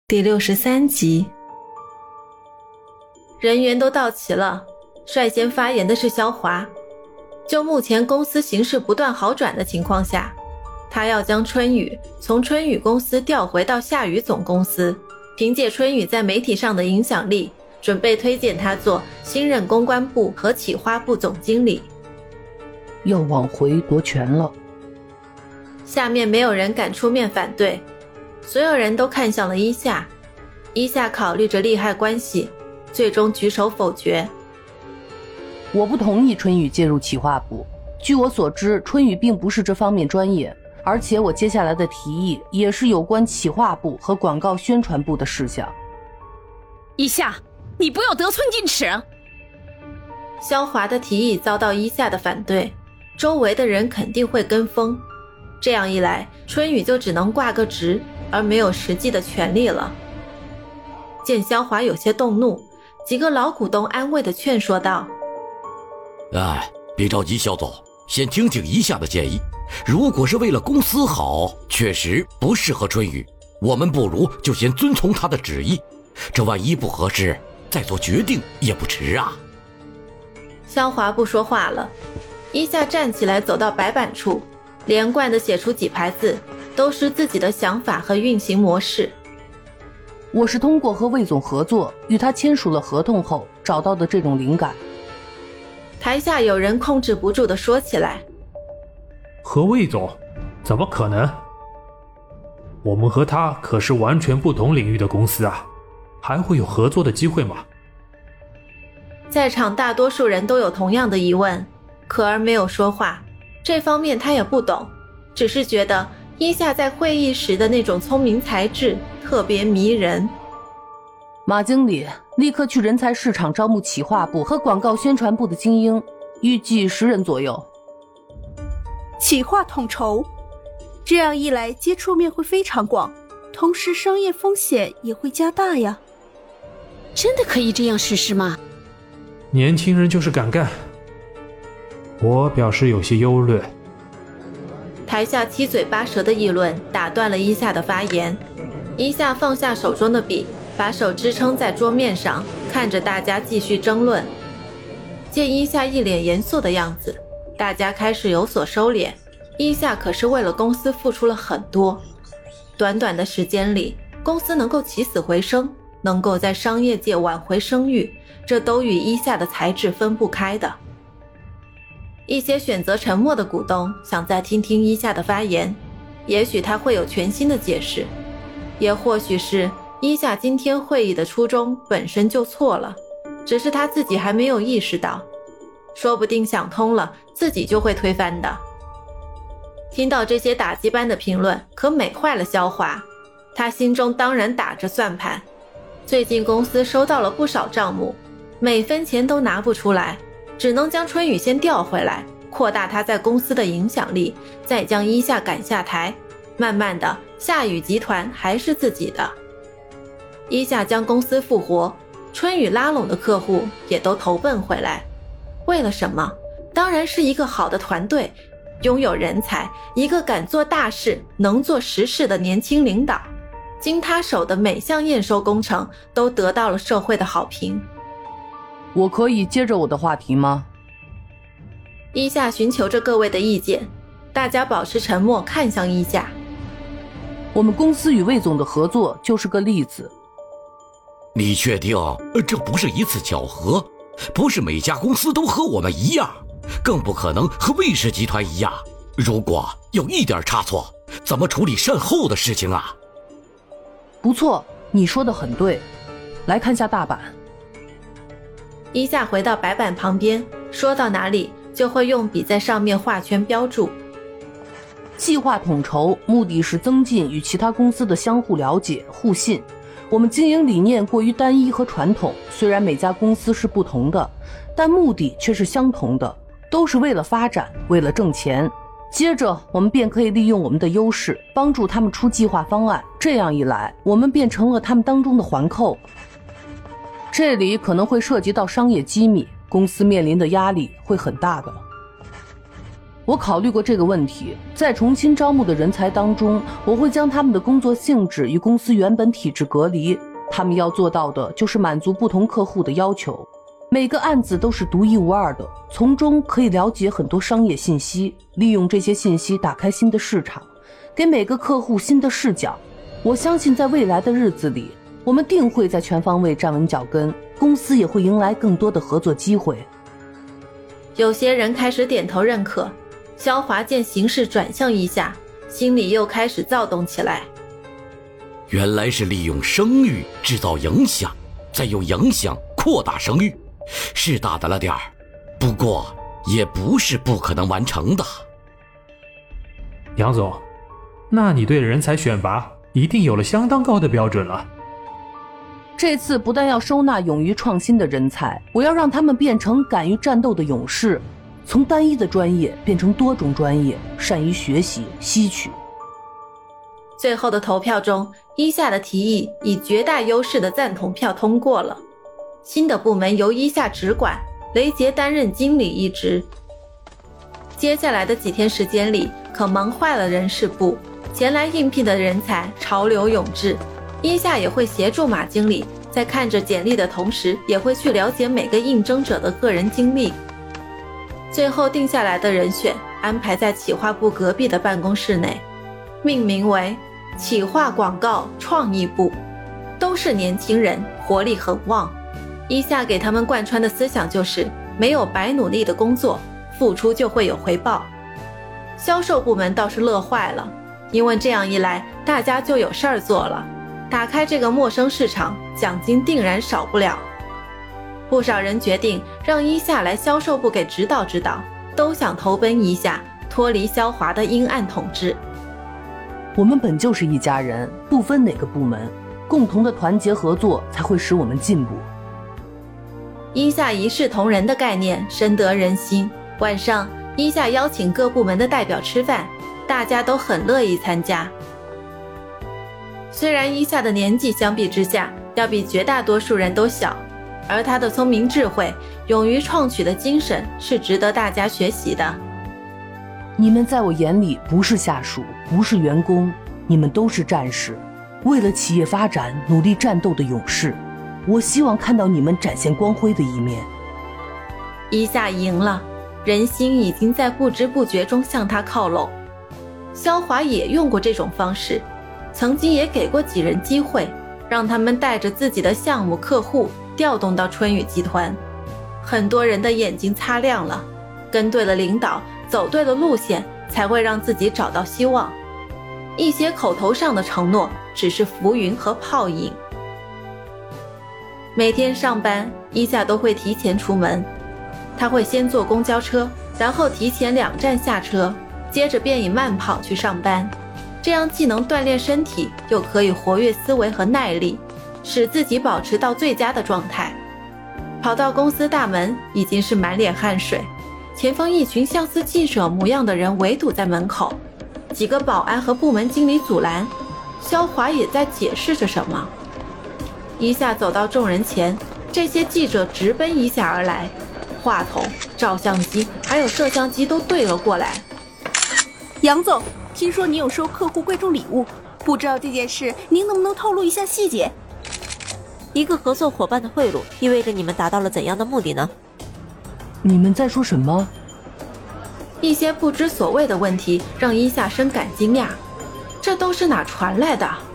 第63集。人员都到齐了，率先发言的是肖华。就目前公司形势不断好转的情况下，他要将春雨从春雨公司调回到夏雨总公司，凭借春雨在媒体上的影响力，准备推荐他做新任公关部和企划部总经理。 要往回夺权了。 下面没有人敢出面反对，所有人都看向了伊夏。伊夏考虑着利害关系，最终举手否决。 我不同意春雨介入企划部，据我所知，春雨并不是这方面专业，而且我接下来的提议也是有关企划部和广告宣传部的事项。 伊夏，你不要得寸进尺。 肖华的提议遭到伊夏的反对，周围的人肯定会跟风，这样一来，春雨就只能挂个职，而没有实际的权利了。见肖华有些动怒，几个老股东安慰地劝说道： 别着急，肖总，先听听一下的建议，如果是为了公司好，确实不适合春雨，我们不如就先遵从他的旨意，这万一不合适，再做决定也不迟啊。 肖华不说话了，伊夏站起来走到白板处，连贯地写出几排字，都是自己的想法和运行模式。 我是通过和魏总合作，与他签署了合同后找到的这种灵感。 台下有人控制不住地说起来： 和魏总？怎么可能？我们和他可是完全不同领域的公司啊，还会有合作的机会吗？ 在场大多数人都有同样的疑问，可儿没有说话，这方面他也不懂，只是觉得伊夏在会议时的那种聪明才智特别迷人。 马经理，立刻去人才市场招募企划部和广告宣传部的精英，预计10人左右。 企划统筹，这样一来接触面会非常广，同时商业风险也会加大呀。 真的可以这样实施吗？ 年轻人就是敢干，我表示有些忧虑。 台下七嘴八舌的议论打断了伊夏的发言。伊夏放下手中的笔，把手支撑在桌面上，看着大家继续争论。见伊夏一脸严肃的样子，大家开始有所收敛。伊夏可是为了公司付出了很多，短短的时间里，公司能够起死回生，能够在商业界挽回声誉，这都与伊夏的才智分不开的。一些选择沉默的股东想再听听伊夏的发言，也许他会有全新的解释，也或许是伊夏今天会议的初衷本身就错了，只是他自己还没有意识到，说不定想通了，自己就会推翻的。听到这些打击般的评论，可美坏了肖华，他心中当然打着算盘。最近公司收到了不少账目，每分钱都拿不出来，只能将春雨先调回来，扩大他在公司的影响力，再将伊夏赶下台，慢慢的，夏雨集团还是自己的。伊夏将公司复活，春雨拉拢的客户也都投奔回来，为了什么？当然是一个好的团队，拥有人才，一个敢做大事能做实事的年轻领导。经他手的每项验收工程都得到了社会的好评。 我可以接着我的话题吗？ 伊夏寻求着各位的意见，大家保持沉默，看向伊夏。 我们公司与魏总的合作就是个例子。 你确定这不是一次巧合？不是每家公司都和我们一样，更不可能和魏氏集团一样。如果有一点差错，怎么处理善后的事情啊？ 不错，你说的很对。来看下大板。 伊夏回到白板旁边，说到哪里就会用笔在上面画圈标注。 计划统筹目的是增进与其他公司的相互了解、互信。我们经营理念过于单一和传统，虽然每家公司是不同的，但目的却是相同的，都是为了发展，为了挣钱。接着我们便可以利用我们的优势，帮助他们出计划方案，这样一来，我们便成了他们当中的环扣。这里可能会涉及到商业机密，公司面临的压力会很大的。 我考虑过这个问题，在重新招募的人才当中，我会将他们的工作性质与公司原本体制隔离，他们要做到的就是满足不同客户的要求。每个案子都是独一无二的，从中可以了解很多商业信息，利用这些信息打开新的市场，给每个客户新的视角。我相信在未来的日子里，我们定会在全方位站稳脚跟，公司也会迎来更多的合作机会。 有些人开始点头认可，萧华见形势转向一下，心里又开始躁动起来。 原来是利用声誉制造影响，再用影响扩大声誉，是大胆了点儿，不过也不是不可能完成的。 杨总，那你对人才选拔一定有了相当高的标准了。 这次不但要收纳勇于创新的人才，我要让他们变成敢于战斗的勇士，从单一的专业变成多种专业，善于学习吸取。 最后的投票中，伊夏的提议以绝大优势的赞同票通过了。新的部门由伊夏直管，雷杰担任经理一职。接下来的几天时间里，可忙坏了人事部，前来应聘的人才潮流涌至。伊夏也会协助马经理，在看着简历的同时，也会去了解每个应征者的个人经历。最后定下来的人选安排在企划部隔壁的办公室内，命名为企划广告创意部，都是年轻人，活力很旺。伊夏给他们贯穿的思想就是，没有白努力的工作，付出就会有回报。销售部门倒是乐坏了，因为这样一来，大家就有事儿做了。打开这个陌生市场，奖金定然少不了。不少人决定让伊夏来销售部给指导指导，都想投奔伊夏，脱离萧华的阴暗统治。 我们本就是一家人，不分哪个部门，共同的团结合作才会使我们进步。 伊夏一视同仁的概念深得人心。晚上，伊夏邀请各部门的代表吃饭，大家都很乐意参加。虽然伊夏的年纪相比之下要比绝大多数人都小，而他的聪明智慧、勇于创取的精神是值得大家学习的。 你们在我眼里不是下属，不是员工，你们都是战士，为了企业发展努力战斗的勇士。我希望看到你们展现光辉的一面。 伊夏赢了，人心已经在不知不觉中向他靠拢。萧华也用过这种方式，曾经也给过几人机会，让他们带着自己的项目客户调动到春雨集团。很多人的眼睛擦亮了，跟对了领导，走对了路线，才会让自己找到希望。一些口头上的承诺只是浮云和泡影。每天上班，伊夏都会提前出门，他会先坐公交车，然后提前2站下车，接着便以慢跑去上班。这样既能锻炼身体，又可以活跃思维和耐力，使自己保持到最佳的状态。跑到公司大门，已经是满脸汗水，前方一群像似记者模样的人围堵在门口，几个保安和部门经理阻拦，萧华也在解释着什么。伊夏走到众人前，这些记者直奔伊夏而来，话筒、照相机还有摄像机都对了过来。 杨总，听说你有收客户贵重礼物，不知道这件事您能不能透露一下细节？ 一个合作伙伴的贿赂意味着你们达到了怎样的目的呢？ 你们在说什么？ 一些不知所谓的问题让伊夏深感惊讶，这都是哪传来的？